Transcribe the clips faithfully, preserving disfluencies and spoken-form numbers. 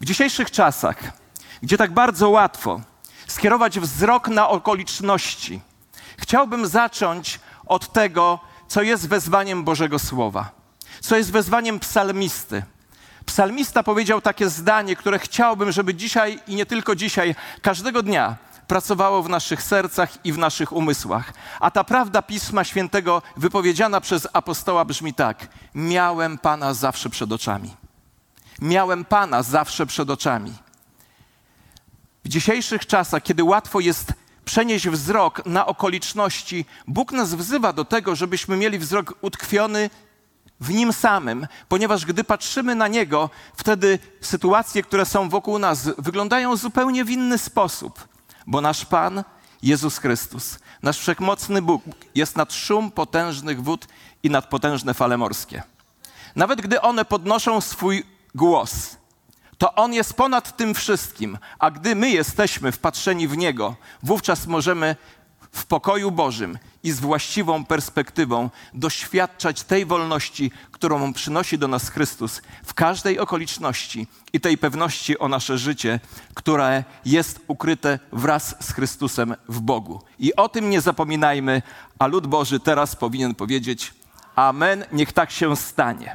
dzisiejszych czasach, gdzie tak bardzo łatwo skierować wzrok na okoliczności, chciałbym zacząć od tego, co jest wezwaniem Bożego Słowa, co jest wezwaniem psalmisty. Psalmista powiedział takie zdanie, które chciałbym, żeby dzisiaj i nie tylko dzisiaj, każdego dnia pracowało w naszych sercach i w naszych umysłach. A ta prawda Pisma Świętego wypowiedziana przez apostoła brzmi tak: miałem Pana zawsze przed oczami. Miałem Pana zawsze przed oczami. W dzisiejszych czasach, kiedy łatwo jest przenieść wzrok na okoliczności, Bóg nas wzywa do tego, żebyśmy mieli wzrok utkwiony w Nim samym, ponieważ gdy patrzymy na Niego, wtedy sytuacje, które są wokół nas, wyglądają zupełnie w inny sposób, bo nasz Pan, Jezus Chrystus, nasz wszechmocny Bóg jest nad szum potężnych wód i nad potężne fale morskie. Nawet gdy one podnoszą swój głos, to On jest ponad tym wszystkim, a gdy my jesteśmy wpatrzeni w Niego, wówczas możemy w pokoju Bożym i z właściwą perspektywą doświadczać tej wolności, którą przynosi do nas Chrystus w każdej okoliczności i tej pewności o nasze życie, które jest ukryte wraz z Chrystusem w Bogu. I o tym nie zapominajmy, a lud Boży teraz powinien powiedzieć amen, niech tak się stanie.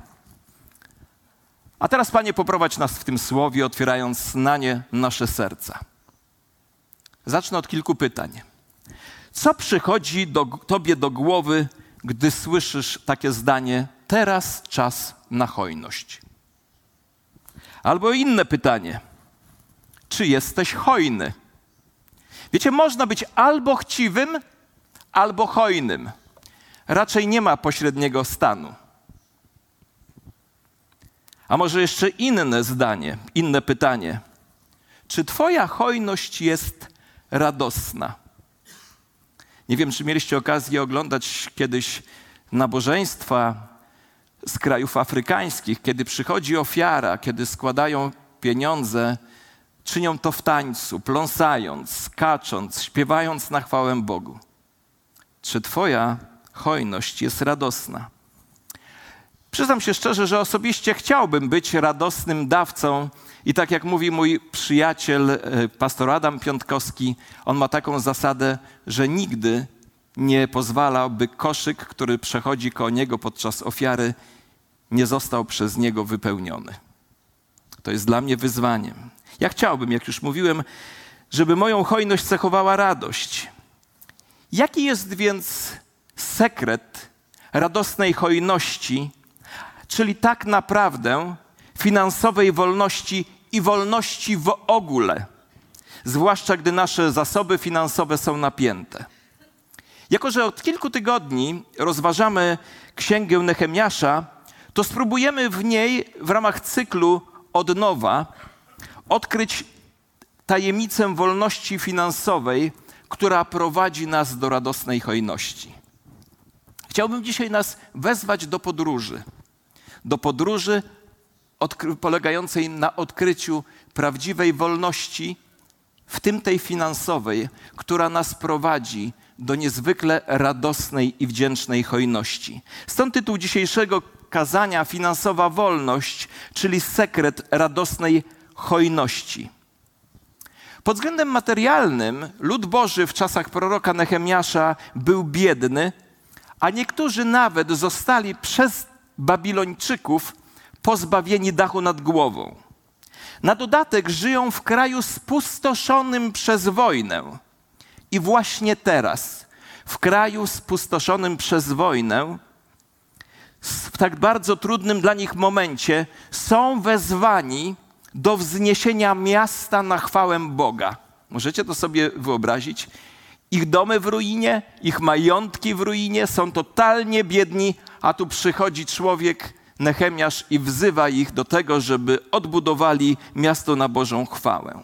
A teraz, Panie, poprowadź nas w tym słowie, otwierając na nie nasze serca. Zacznę od kilku pytań. Co przychodzi do, Tobie do głowy, gdy słyszysz takie zdanie: teraz czas na hojność? Albo inne pytanie: czy jesteś hojny? Wiecie, można być albo chciwym, albo hojnym. Raczej nie ma pośredniego stanu. A może jeszcze inne zdanie, inne pytanie. Czy Twoja hojność jest radosna? Nie wiem, czy mieliście okazję oglądać kiedyś nabożeństwa z krajów afrykańskich, kiedy przychodzi ofiara, kiedy składają pieniądze, czynią to w tańcu, pląsając, skacząc, śpiewając na chwałę Bogu. Czy Twoja hojność jest radosna? Przyznam się szczerze, że osobiście chciałbym być radosnym dawcą i tak jak mówi mój przyjaciel, pastor Adam Piątkowski, on ma taką zasadę, że nigdy nie pozwala, by koszyk, który przechodzi koło niego podczas ofiary, nie został przez niego wypełniony. To jest dla mnie wyzwaniem. Ja chciałbym, jak już mówiłem, żeby moją hojność cechowała radość. Jaki jest więc sekret radosnej hojności, czyli tak naprawdę finansowej wolności i wolności w ogóle, zwłaszcza gdy nasze zasoby finansowe są napięte? Jako że od kilku tygodni rozważamy Księgę Nehemiasza, to spróbujemy w niej w ramach cyklu Od nowa odkryć tajemnicę wolności finansowej, która prowadzi nas do radosnej hojności. Chciałbym dzisiaj nas wezwać do podróży. Do podróży odkry- polegającej na odkryciu prawdziwej wolności, w tym tej finansowej, która nas prowadzi do niezwykle radosnej i wdzięcznej hojności. Stąd tytuł dzisiejszego kazania: Finansowa wolność, czyli sekret radosnej hojności. Pod względem materialnym lud Boży w czasach proroka Nehemiasza był biedny, a niektórzy nawet zostali przez Babilończyków pozbawieni dachu nad głową. Na dodatek żyją w kraju spustoszonym przez wojnę. I właśnie teraz, w kraju spustoszonym przez wojnę, w tak bardzo trudnym dla nich momencie, są wezwani do wzniesienia miasta na chwałę Boga. Możecie to sobie wyobrazić? Ich domy w ruinie, ich majątki w ruinie, są totalnie biedni, a tu przychodzi człowiek, Nehemiasz, i wzywa ich do tego, żeby odbudowali miasto na Bożą chwałę.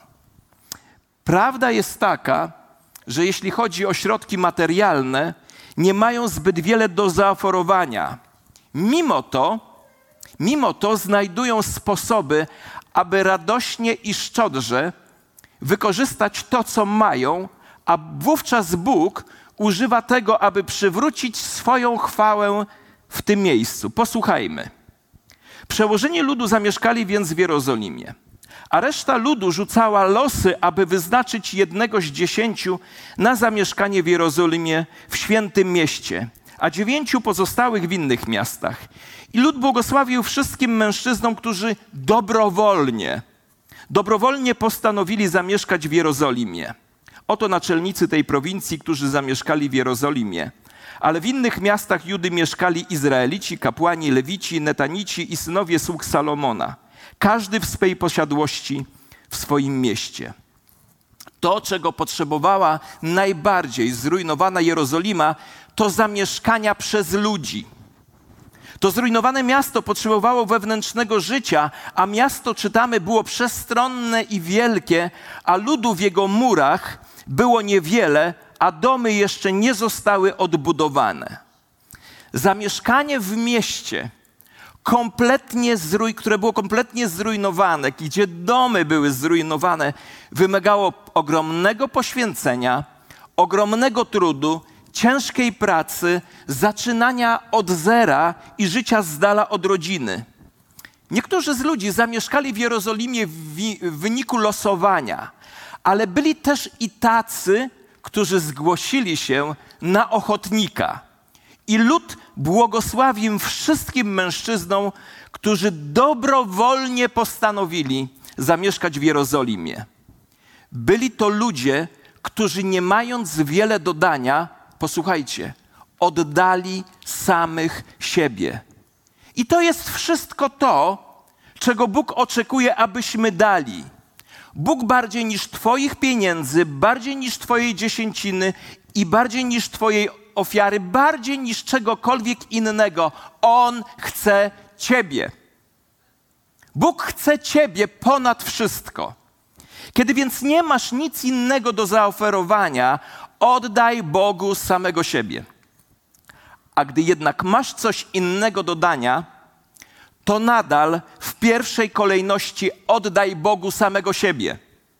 Prawda jest taka, że jeśli chodzi o środki materialne, nie mają zbyt wiele do zaoferowania. Mimo to, mimo to znajdują sposoby, aby radośnie i szczodrze wykorzystać to, co mają, a wówczas Bóg używa tego, aby przywrócić swoją chwałę w tym miejscu. Posłuchajmy. Przełożeni ludu zamieszkali więc w Jerozolimie, a reszta ludu rzucała losy, aby wyznaczyć jednego z dziesięciu na zamieszkanie w Jerozolimie, w świętym mieście, a dziewięciu pozostałych w innych miastach. I lud błogosławił wszystkim mężczyznom, którzy dobrowolnie, dobrowolnie postanowili zamieszkać w Jerozolimie. Oto naczelnicy tej prowincji, którzy zamieszkali w Jerozolimie. Ale w innych miastach Judy mieszkali Izraelici, kapłani, Lewici, Netanici i synowie sług Salomona. Każdy w swej posiadłości, w swoim mieście. To, czego potrzebowała najbardziej zrujnowana Jerozolima, to zamieszkania przez ludzi. To zrujnowane miasto potrzebowało wewnętrznego życia, a miasto, czytamy, było przestronne i wielkie, a ludu w jego murach było niewiele, a domy jeszcze nie zostały odbudowane. Zamieszkanie w mieście, kompletnie zruj, które było kompletnie zrujnowane, gdzie domy były zrujnowane, wymagało ogromnego poświęcenia, ogromnego trudu, ciężkiej pracy, zaczynania od zera i życia z dala od rodziny. Niektórzy z ludzi zamieszkali w Jerozolimie w, wi- w wyniku losowania, ale byli też i tacy, którzy zgłosili się na ochotnika. I lud błogosławił wszystkim mężczyznom, którzy dobrowolnie postanowili zamieszkać w Jerozolimie. Byli to ludzie, którzy nie mając wiele dodania, posłuchajcie, oddali samych siebie. I to jest wszystko to, czego Bóg oczekuje, abyśmy dali. Bóg bardziej niż twoich pieniędzy, bardziej niż twojej dziesięciny i bardziej niż twojej ofiary, bardziej niż czegokolwiek innego. On chce ciebie. Bóg chce ciebie ponad wszystko. Kiedy więc nie masz nic innego do zaoferowania, oddaj Bogu samego siebie. A gdy jednak masz coś innego do dania, to nadal w pierwszej kolejności oddaj Bogu samego siebie.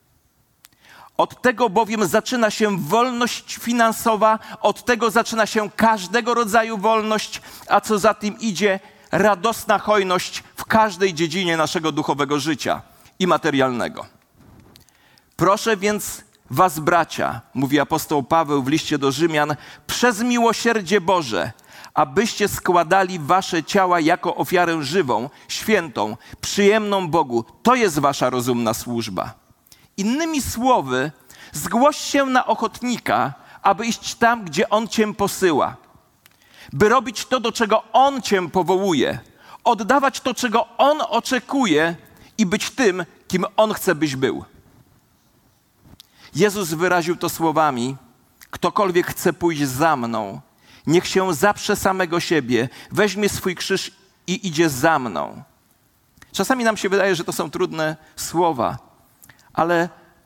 Od tego bowiem zaczyna się wolność finansowa, od tego zaczyna się każdego rodzaju wolność, a co za tym idzie, radosna hojność w każdej dziedzinie naszego duchowego życia i materialnego. Proszę więc was, bracia, mówi apostoł Paweł w liście do Rzymian, przez miłosierdzie Boże, abyście składali wasze ciała jako ofiarę żywą, świętą, przyjemną Bogu. To jest wasza rozumna służba. Innymi słowy, zgłoś się na ochotnika, aby iść tam, gdzie On cię posyła. By robić to, do czego On cię powołuje. Oddawać to, czego On oczekuje i być tym, kim On chce, byś był. Jezus wyraził to słowami: ktokolwiek chce pójść za mną, niech się zaprze samego siebie, weźmie swój krzyż i idzie za mną. Czasami nam się wydaje, że to są trudne słowa, ale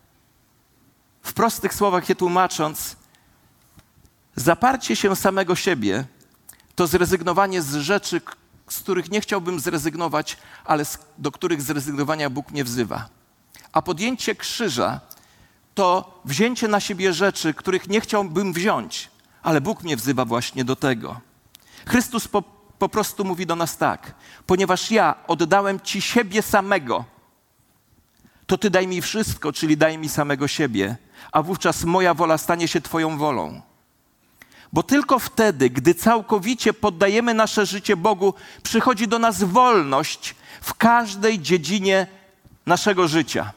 w prostych słowach je tłumacząc, zaparcie się samego siebie to zrezygnowanie z rzeczy, z których nie chciałbym zrezygnować, ale do których zrezygnowania Bóg mnie wzywa. A podjęcie krzyża to wzięcie na siebie rzeczy, których nie chciałbym wziąć, ale Bóg mnie wzywa właśnie do tego. Chrystus po, po prostu mówi do nas tak: ponieważ ja oddałem Ci siebie samego, to Ty daj mi wszystko, czyli daj mi samego siebie, a wówczas moja wola stanie się Twoją wolą. Bo tylko wtedy, gdy całkowicie poddajemy nasze życie Bogu, przychodzi do nas wolność w każdej dziedzinie naszego życia.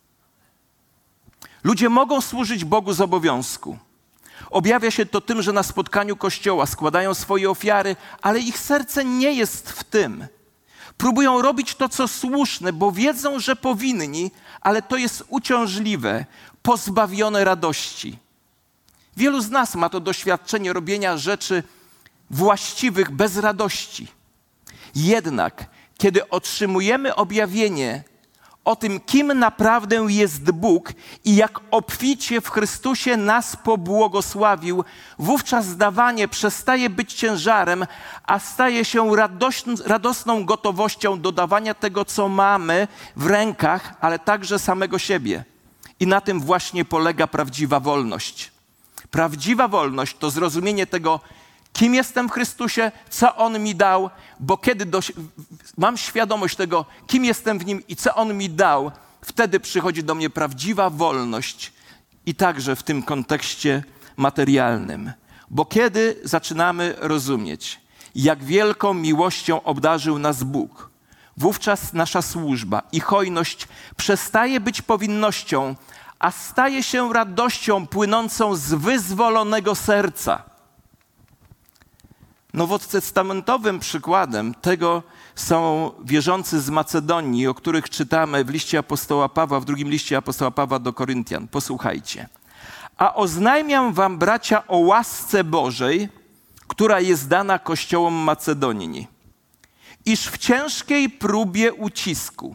Ludzie mogą służyć Bogu z obowiązku. Objawia się to tym, że na spotkaniu Kościoła składają swoje ofiary, ale ich serce nie jest w tym. Próbują robić to, co słuszne, bo wiedzą, że powinni, ale to jest uciążliwe, pozbawione radości. Wielu z nas ma to doświadczenie robienia rzeczy właściwych bez radości. Jednak, kiedy otrzymujemy objawienie o tym, kim naprawdę jest Bóg i jak obficie w Chrystusie nas pobłogosławił, wówczas dawanie przestaje być ciężarem, a staje się radośn- radosną gotowością do dawania tego, co mamy w rękach, ale także samego siebie. I na tym właśnie polega prawdziwa wolność. Prawdziwa wolność to zrozumienie tego, kim jestem w Chrystusie, co On mi dał, bo kiedy doś- mam świadomość tego, kim jestem w Nim i co On mi dał, wtedy przychodzi do mnie prawdziwa wolność i także w tym kontekście materialnym. Bo kiedy zaczynamy rozumieć, jak wielką miłością obdarzył nas Bóg, wówczas nasza służba i hojność przestaje być powinnością, a staje się radością płynącą z wyzwolonego serca. Nowotestamentowym przykładem tego są wierzący z Macedonii, o których czytamy w liście apostoła Pawła, w drugim liście apostoła Pawła do Koryntian. Posłuchajcie. A oznajmiam wam, bracia, o łasce Bożej, która jest dana kościołom Macedonii, iż w ciężkiej próbie ucisku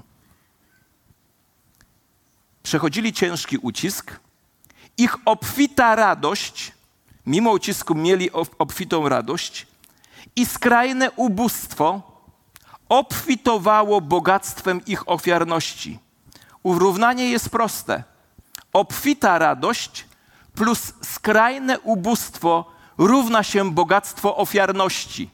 przechodzili ciężki ucisk, ich obfita radość, mimo ucisku mieli obfitą radość i skrajne ubóstwo obfitowało bogactwem ich ofiarności. Urównanie jest proste. Obfita radość plus skrajne ubóstwo równa się bogactwo ofiarności.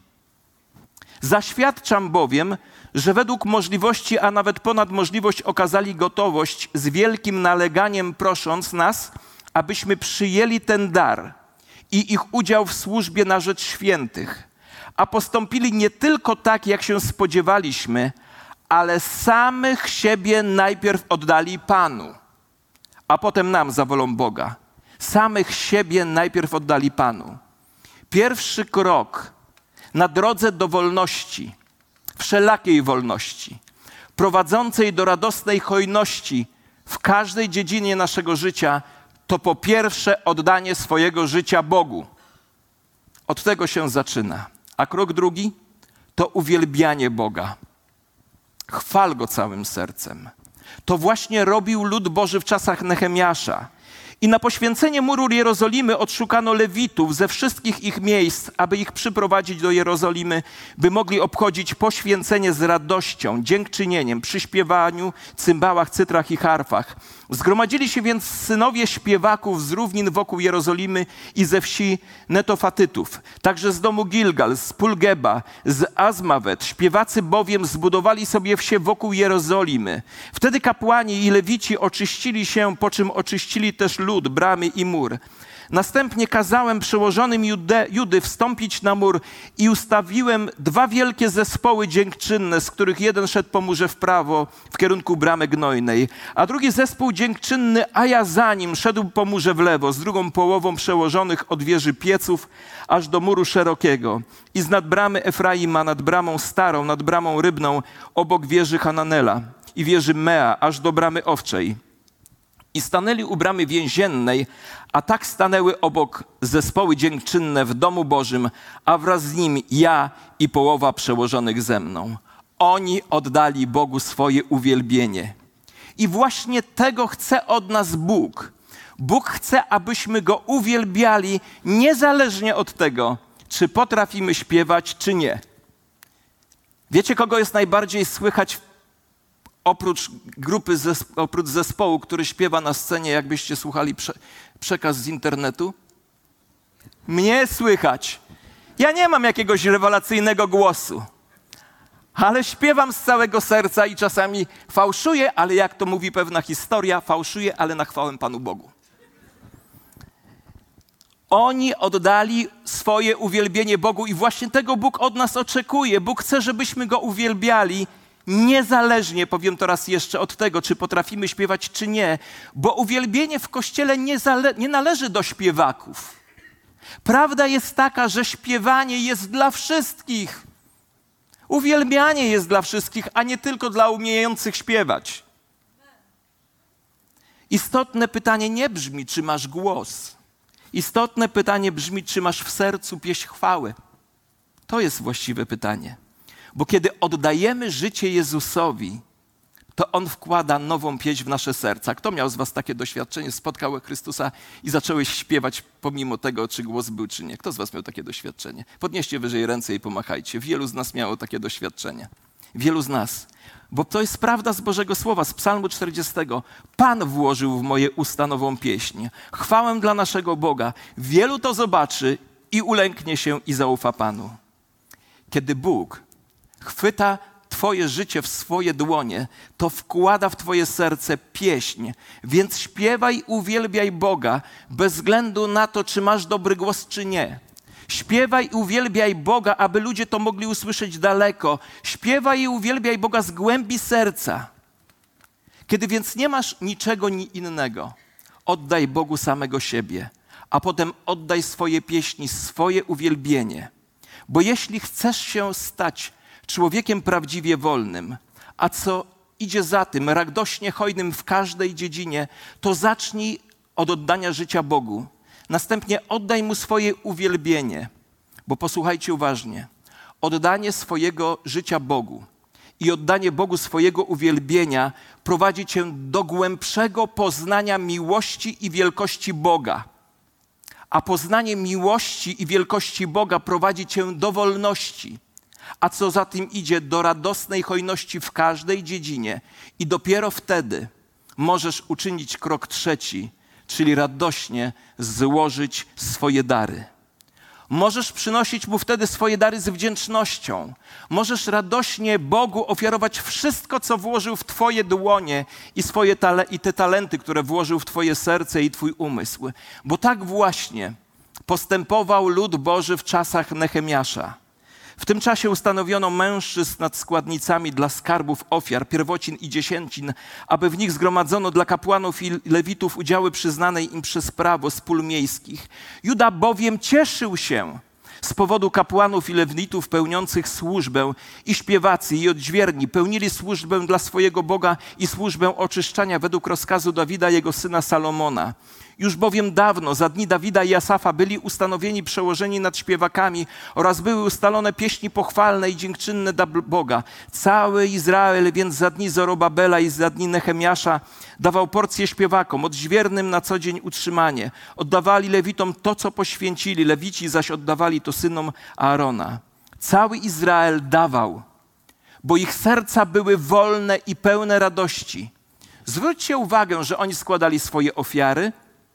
Zaświadczam bowiem, że według możliwości, a nawet ponad możliwość okazali gotowość z wielkim naleganiem prosząc nas, abyśmy przyjęli ten dar i ich udział w służbie na rzecz świętych, a postąpili nie tylko tak, jak się spodziewaliśmy, ale samych siebie najpierw oddali Panu, a potem nam za wolą Boga. Samych siebie najpierw oddali Panu. Pierwszy krok na drodze do wolności, wszelakiej wolności, prowadzącej do radosnej hojności w każdej dziedzinie naszego życia, to po pierwsze oddanie swojego życia Bogu. Od tego się zaczyna. A krok drugi to uwielbianie Boga. Chwal Go całym sercem. To właśnie robił lud Boży w czasach Nehemiasza. I na poświęcenie muru Jerozolimy odszukano Lewitów ze wszystkich ich miejsc, aby ich przyprowadzić do Jerozolimy, by mogli obchodzić poświęcenie z radością, dziękczynieniem, przy śpiewaniu, cymbałach, cytrach i harfach. Zgromadzili się więc synowie śpiewaków z równin wokół Jerozolimy i ze wsi Netofatytów, także z domu Gilgal, z Pulgeba, z Azmawet. Śpiewacy bowiem zbudowali sobie wsie wokół Jerozolimy. Wtedy kapłani i lewici oczyścili się, po czym oczyścili też lud, bramy i mur. Następnie kazałem przełożonym Jude, Judy wstąpić na mur i ustawiłem dwa wielkie zespoły dziękczynne, z których jeden szedł po murze w prawo, w kierunku bramy gnojnej, a drugi zespół dziękczynny, a ja za nim, szedł po murze w lewo, z drugą połową przełożonych od wieży pieców, aż do muru szerokiego. I z nad bramy Efraima, nad bramą starą, nad bramą rybną, obok wieży Hananela i wieży Mea, aż do bramy owczej. I stanęli u bramy więziennej, a tak stanęły obok zespoły dziękczynne w domu Bożym, a wraz z nim ja i połowa przełożonych ze mną. Oni oddali Bogu swoje uwielbienie. I właśnie tego chce od nas Bóg. Bóg chce, abyśmy Go uwielbiali niezależnie od tego, czy potrafimy śpiewać, czy nie. Wiecie, kogo jest najbardziej słychać oprócz grupy, oprócz zespołu, który śpiewa na scenie, jakbyście słuchali prze, przekaz z internetu? Mnie słychać. Ja nie mam jakiegoś rewelacyjnego głosu, ale śpiewam z całego serca i czasami fałszuję, ale jak to mówi pewna historia, fałszuję, ale na chwałę Panu Bogu. Oni oddali swoje uwielbienie Bogu i właśnie tego Bóg od nas oczekuje. Bóg chce, żebyśmy Go uwielbiali niezależnie, powiem to raz jeszcze, od tego, czy potrafimy śpiewać, czy nie, bo uwielbienie w Kościele nie, zale- nie należy do śpiewaków. Prawda jest taka, że śpiewanie jest dla wszystkich. Uwielbianie jest dla wszystkich, a nie tylko dla umiejących śpiewać. Istotne pytanie nie brzmi, czy masz głos. Istotne pytanie brzmi, czy masz w sercu pieśń chwały. To jest właściwe pytanie. Bo kiedy oddajemy życie Jezusowi, to On wkłada nową pieśń w nasze serca. Kto miał z was takie doświadczenie? Spotkał Chrystusa i zacząłeś śpiewać pomimo tego, czy głos był, czy nie. Kto z was miał takie doświadczenie? Podnieście wyżej ręce i pomachajcie. Wielu z nas miało takie doświadczenie. Wielu z nas. Bo to jest prawda z Bożego Słowa, z Psalmu czterdziestego. Pan włożył w moje usta nową pieśń. Chwałę dla naszego Boga. Wielu to zobaczy i ulęknie się i zaufa Panu. Kiedy Bóg chwyta twoje życie w swoje dłonie, to wkłada w twoje serce pieśń. Więc śpiewaj, uwielbiaj Boga, bez względu na to, czy masz dobry głos, czy nie. Śpiewaj i uwielbiaj Boga, aby ludzie to mogli usłyszeć daleko. Śpiewaj i uwielbiaj Boga z głębi serca. Kiedy więc nie masz niczego innego, oddaj Bogu samego siebie, a potem oddaj swoje pieśni, swoje uwielbienie. Bo jeśli chcesz się stać człowiekiem prawdziwie wolnym, a co idzie za tym, radośnie hojnym w każdej dziedzinie, to zacznij od oddania życia Bogu. Następnie oddaj Mu swoje uwielbienie, bo posłuchajcie uważnie. Oddanie swojego życia Bogu i oddanie Bogu swojego uwielbienia prowadzi cię do głębszego poznania miłości i wielkości Boga. A poznanie miłości i wielkości Boga prowadzi cię do wolności. A co za tym idzie, do radosnej hojności w każdej dziedzinie. I dopiero wtedy możesz uczynić krok trzeci, czyli radośnie złożyć swoje dary. Możesz przynosić Mu wtedy swoje dary z wdzięcznością. Możesz radośnie Bogu ofiarować wszystko, co włożył w twoje dłonie i, swoje tale- i te talenty, które włożył w twoje serce i twój umysł. Bo tak właśnie postępował lud Boży w czasach Nehemiasza. W tym czasie ustanowiono mężczyzn nad składnicami dla skarbów ofiar, pierwocin i dziesięcin, aby w nich zgromadzono dla kapłanów i lewitów udziały przyznane im przez prawo z pól miejskich. Juda bowiem cieszył się z powodu kapłanów i lewitów pełniących służbę i śpiewacy i odźwierni pełnili służbę dla swojego Boga i służbę oczyszczania według rozkazu Dawida jego syna Salomona. Już bowiem dawno, za dni Dawida i Asafa, byli ustanowieni przełożeni nad śpiewakami oraz były ustalone pieśni pochwalne i dziękczynne dla Boga. Cały Izrael więc za dni Zorobabela i za dni Nehemiasza dawał porcję śpiewakom, odźwiernym na co dzień utrzymanie. Oddawali lewitom to, co poświęcili, lewici zaś oddawali to synom Aarona. Cały Izrael dawał, bo ich serca były wolne i pełne radości. Zwróćcie uwagę, że oni składali swoje ofiary,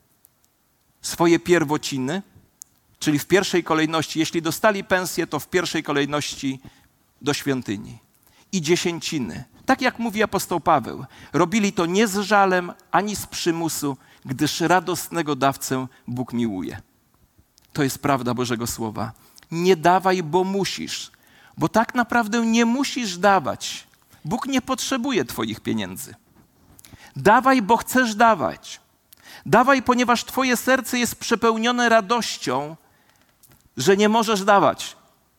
swoje pierwociny, czyli w pierwszej kolejności, jeśli dostali pensję, to w pierwszej kolejności do świątyni. I dziesięciny. Tak jak mówi apostoł Paweł, robili to nie z żalem, ani z przymusu, gdyż radosnego dawcę Bóg miłuje. To jest prawda Bożego Słowa. Nie dawaj, bo musisz, bo tak naprawdę nie musisz dawać. Bóg nie potrzebuje twoich pieniędzy. Dawaj, bo chcesz dawać. Dawaj, ponieważ twoje serce jest przepełnione radością, że nie możesz dawać.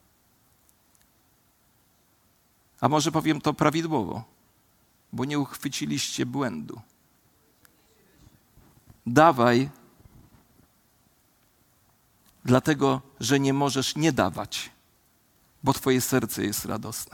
A może powiem to prawidłowo, bo nie uchwyciliście błędu. Dawaj, dlatego, że nie możesz nie dawać, bo twoje serce jest radosne.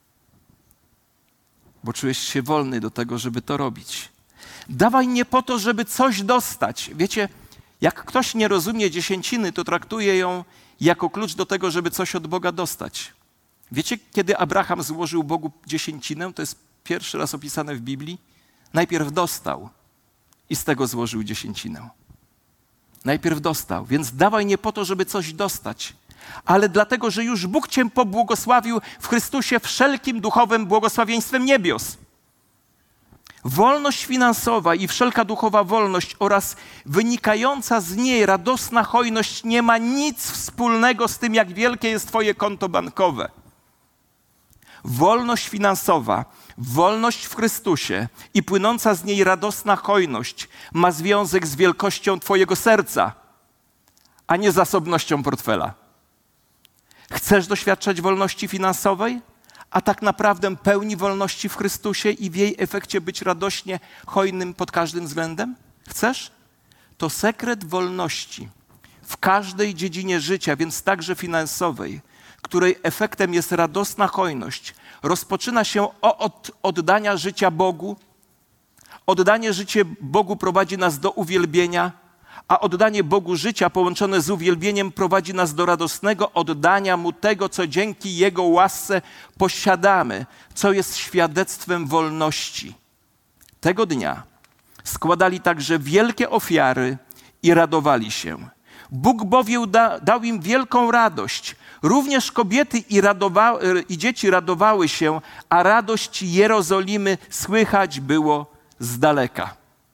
Bo czujesz się wolny do tego, żeby to robić. Dawaj nie po to, żeby coś dostać. Wiecie, jak ktoś nie rozumie dziesięciny, to traktuje ją jako klucz do tego, żeby coś od Boga dostać. Wiecie, kiedy Abraham złożył Bogu dziesięcinę, to jest pierwszy raz opisane w Biblii, najpierw dostał i z tego złożył dziesięcinę. Najpierw dostał, więc dawaj nie po to, żeby coś dostać, ale dlatego, że już Bóg cię pobłogosławił w Chrystusie wszelkim duchowym błogosławieństwem niebios. Wolność finansowa i wszelka duchowa wolność oraz wynikająca z niej radosna hojność nie ma nic wspólnego z tym, jak wielkie jest twoje konto bankowe. Wolność finansowa, wolność w Chrystusie i płynąca z niej radosna hojność ma związek z wielkością twojego serca, a nie zasobnością portfela. Chcesz doświadczać wolności finansowej? A tak naprawdę pełni wolności w Chrystusie i w jej efekcie być radośnie hojnym pod każdym względem? Chcesz? To sekret wolności w każdej dziedzinie życia, więc także finansowej, której efektem jest radosna hojność, rozpoczyna się od oddania życia Bogu. Oddanie życia Bogu prowadzi nas do uwielbienia, a oddanie Bogu życia połączone z uwielbieniem prowadzi nas do radosnego oddania Mu tego, co dzięki Jego łasce posiadamy, co jest świadectwem wolności. Tego dnia składali także wielkie ofiary i radowali się, Bóg bowiem da, dał im wielką radość. Również kobiety i, radowa, i dzieci radowały się, a radość Jerozolimy słychać było z daleka.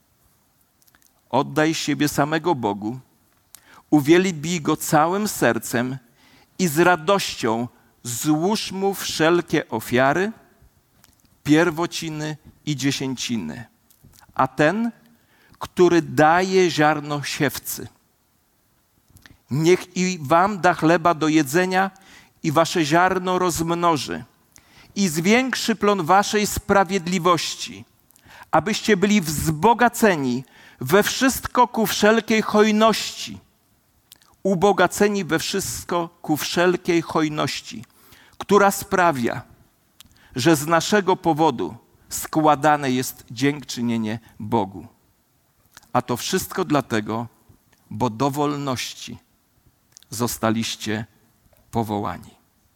Oddaj siebie samego Bogu, uwielbij Go całym sercem i z radością złóż Mu wszelkie ofiary, pierwociny i dziesięciny. A ten, który daje ziarno siewcy, niech i wam da chleba do jedzenia i wasze ziarno rozmnoży i zwiększy plon waszej sprawiedliwości, abyście byli wzbogaceni we wszystko ku wszelkiej hojności, ubogaceni we wszystko ku wszelkiej hojności, która sprawia, że z naszego powodu składane jest dziękczynienie Bogu. A to wszystko dlatego, bo do wolności zostaliście powołani.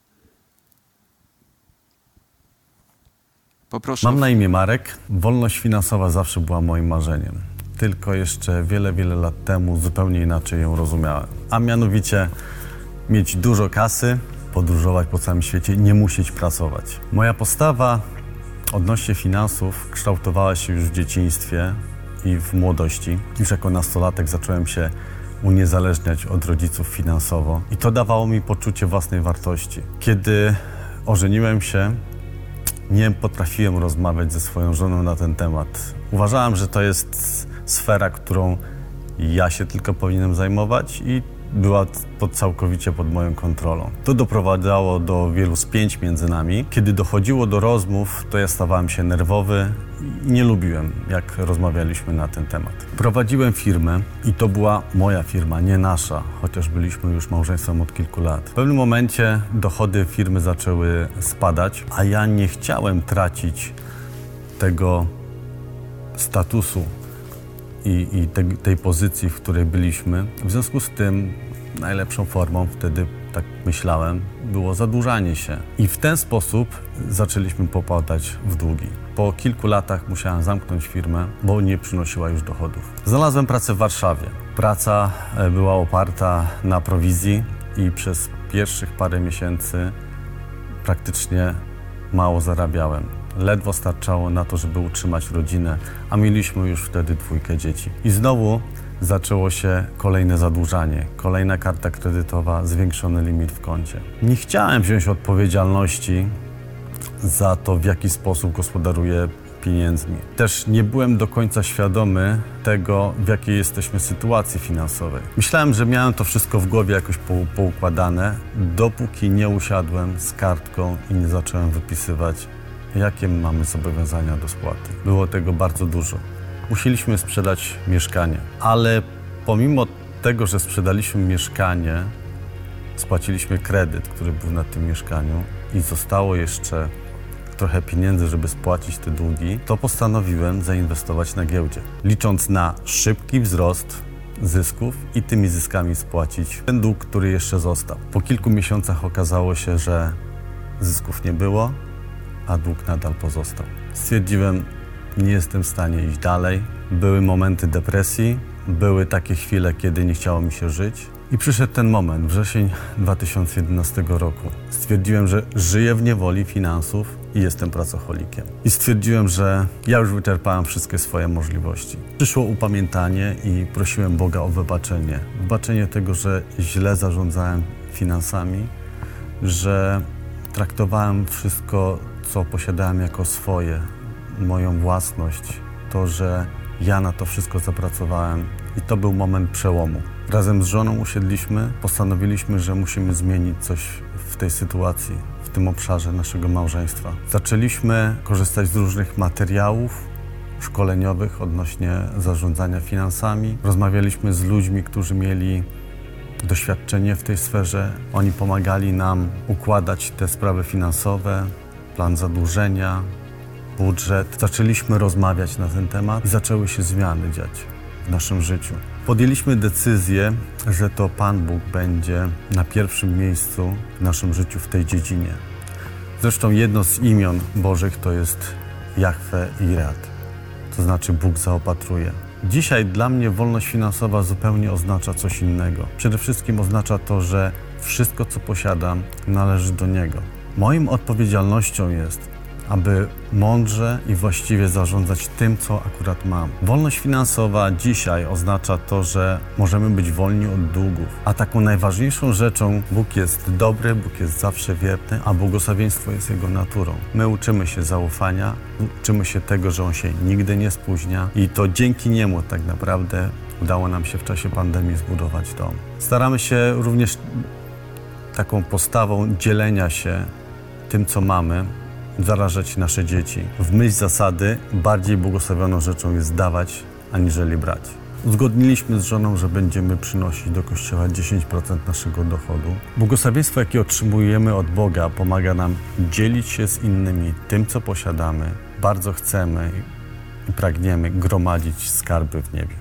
Poproszę. Mam na imię Marek. Wolność finansowa zawsze była moim marzeniem. Tylko jeszcze wiele, wiele lat temu zupełnie inaczej ją rozumiałem. A mianowicie mieć dużo kasy, podróżować po całym świecie, nie musieć pracować. Moja postawa odnośnie finansów kształtowała się już w dzieciństwie i w młodości. Już jako nastolatek zacząłem się uniezależniać od rodziców finansowo i to dawało mi poczucie własnej wartości. Kiedy ożeniłem się, nie potrafiłem rozmawiać ze swoją żoną na ten temat. Uważałem, że to jest sfera, którą ja się tylko powinienem zajmować i była pod, całkowicie pod moją kontrolą. To doprowadzało do wielu spięć między nami. Kiedy dochodziło do rozmów, to ja stawałem się nerwowy i nie lubiłem, jak rozmawialiśmy na ten temat. Prowadziłem firmę i to była moja firma, nie nasza, chociaż byliśmy już małżeństwem od kilku lat. W pewnym momencie dochody firmy zaczęły spadać, a ja nie chciałem tracić tego statusu i, i te, tej pozycji, w której byliśmy. W związku z tym najlepszą formą, wtedy tak myślałem, było zadłużanie się. I w ten sposób zaczęliśmy popadać w długi. Po kilku latach musiałem zamknąć firmę, bo nie przynosiła już dochodów. Znalazłem pracę w Warszawie. Praca była oparta na prowizji i przez pierwszych parę miesięcy praktycznie mało zarabiałem. Ledwo starczało na to, żeby utrzymać rodzinę, a mieliśmy już wtedy dwójkę dzieci. I znowu zaczęło się kolejne zadłużanie, kolejna karta kredytowa, zwiększony limit w koncie. Nie chciałem wziąć odpowiedzialności za to, w jaki sposób gospodaruję pieniędzmi. Też nie byłem do końca świadomy tego, w jakiej jesteśmy sytuacji finansowej. Myślałem, że miałem to wszystko w głowie jakoś poukładane, dopóki nie usiadłem z kartką i nie zacząłem wypisywać, jakie mamy zobowiązania do spłaty. Było tego bardzo dużo. Musieliśmy sprzedać mieszkanie, ale pomimo tego, że sprzedaliśmy mieszkanie, spłaciliśmy kredyt, który był na tym mieszkaniu i zostało jeszcze trochę pieniędzy, żeby spłacić te długi, to postanowiłem zainwestować na giełdzie, licząc na szybki wzrost zysków i tymi zyskami spłacić ten dług, który jeszcze został. Po kilku miesiącach okazało się, że zysków nie było, a dług nadal pozostał. Stwierdziłem, nie jestem w stanie iść dalej. Były momenty depresji, były takie chwile, kiedy nie chciało mi się żyć. I przyszedł ten moment, wrzesień dwa tysiące jedenastego roku. Stwierdziłem, że żyję w niewoli finansów i jestem pracocholikiem. I stwierdziłem, że ja już wyczerpałem wszystkie swoje możliwości. Przyszło upamiętanie i prosiłem Boga o wybaczenie. Wybaczenie tego, że źle zarządzałem finansami, że traktowałem wszystko, co posiadałem jako swoje, moją własność, to, że ja na to wszystko zapracowałem i to był moment przełomu. Razem z żoną usiedliśmy, postanowiliśmy, że musimy zmienić coś w tej sytuacji, w tym obszarze naszego małżeństwa. Zaczęliśmy korzystać z różnych materiałów szkoleniowych odnośnie zarządzania finansami. Rozmawialiśmy z ludźmi, którzy mieli doświadczenie w tej sferze. Oni pomagali nam układać te sprawy finansowe, plan zadłużenia, budżet. Zaczęliśmy rozmawiać na ten temat i zaczęły się zmiany dziać w naszym życiu. Podjęliśmy decyzję, że to Pan Bóg będzie na pierwszym miejscu w naszym życiu w tej dziedzinie. Zresztą jedno z imion Bożych to jest Jahwe Irat, to znaczy Bóg zaopatruje. Dzisiaj dla mnie wolność finansowa zupełnie oznacza coś innego. Przede wszystkim oznacza to, że wszystko, co posiadam, należy do Niego. Moją odpowiedzialnością jest, aby mądrze i właściwie zarządzać tym, co akurat mam. Wolność finansowa dzisiaj oznacza to, że możemy być wolni od długów. A taką najważniejszą rzeczą, Bóg jest dobry, Bóg jest zawsze wierny, a błogosławieństwo jest Jego naturą. My uczymy się zaufania, uczymy się tego, że On się nigdy nie spóźnia i to dzięki Niemu tak naprawdę udało nam się w czasie pandemii zbudować dom. Staramy się również taką postawą dzielenia się tym, co mamy, zarażać nasze dzieci. W myśl zasady bardziej błogosławioną rzeczą jest dawać, aniżeli brać. Uzgodniliśmy z żoną, że będziemy przynosić do Kościoła dziesięć procent naszego dochodu. Błogosławieństwo, jakie otrzymujemy od Boga, pomaga nam dzielić się z innymi tym, co posiadamy. Bardzo chcemy i pragniemy gromadzić skarby w niebie.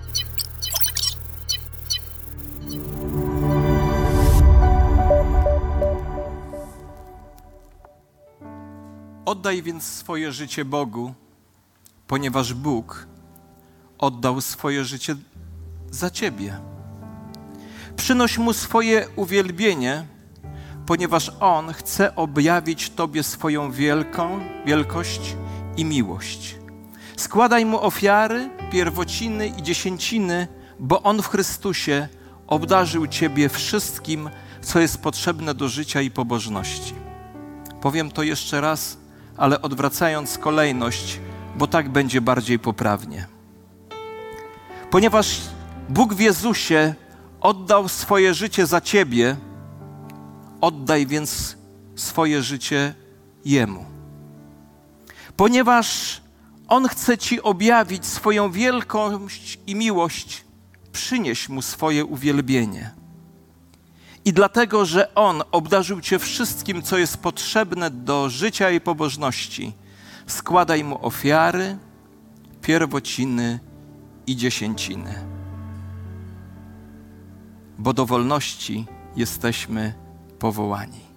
Oddaj więc swoje życie Bogu, ponieważ Bóg oddał swoje życie za ciebie. Przynoś Mu swoje uwielbienie, ponieważ On chce objawić Tobie swoją wielką wielkość i miłość. Składaj Mu ofiary, pierwociny i dziesięciny, bo On w Chrystusie obdarzył Ciebie wszystkim, co jest potrzebne do życia i pobożności. Powiem to jeszcze raz, ale odwracając kolejność, bo tak będzie bardziej poprawnie. Ponieważ Bóg w Jezusie oddał swoje życie za ciebie, oddaj więc swoje życie Jemu. Ponieważ On chce ci objawić swoją wielkość i miłość, przynieś Mu swoje uwielbienie. I dlatego, że On obdarzył cię wszystkim, co jest potrzebne do życia i pobożności, składaj Mu ofiary, pierwociny i dziesięciny. Bo do wolności jesteśmy powołani.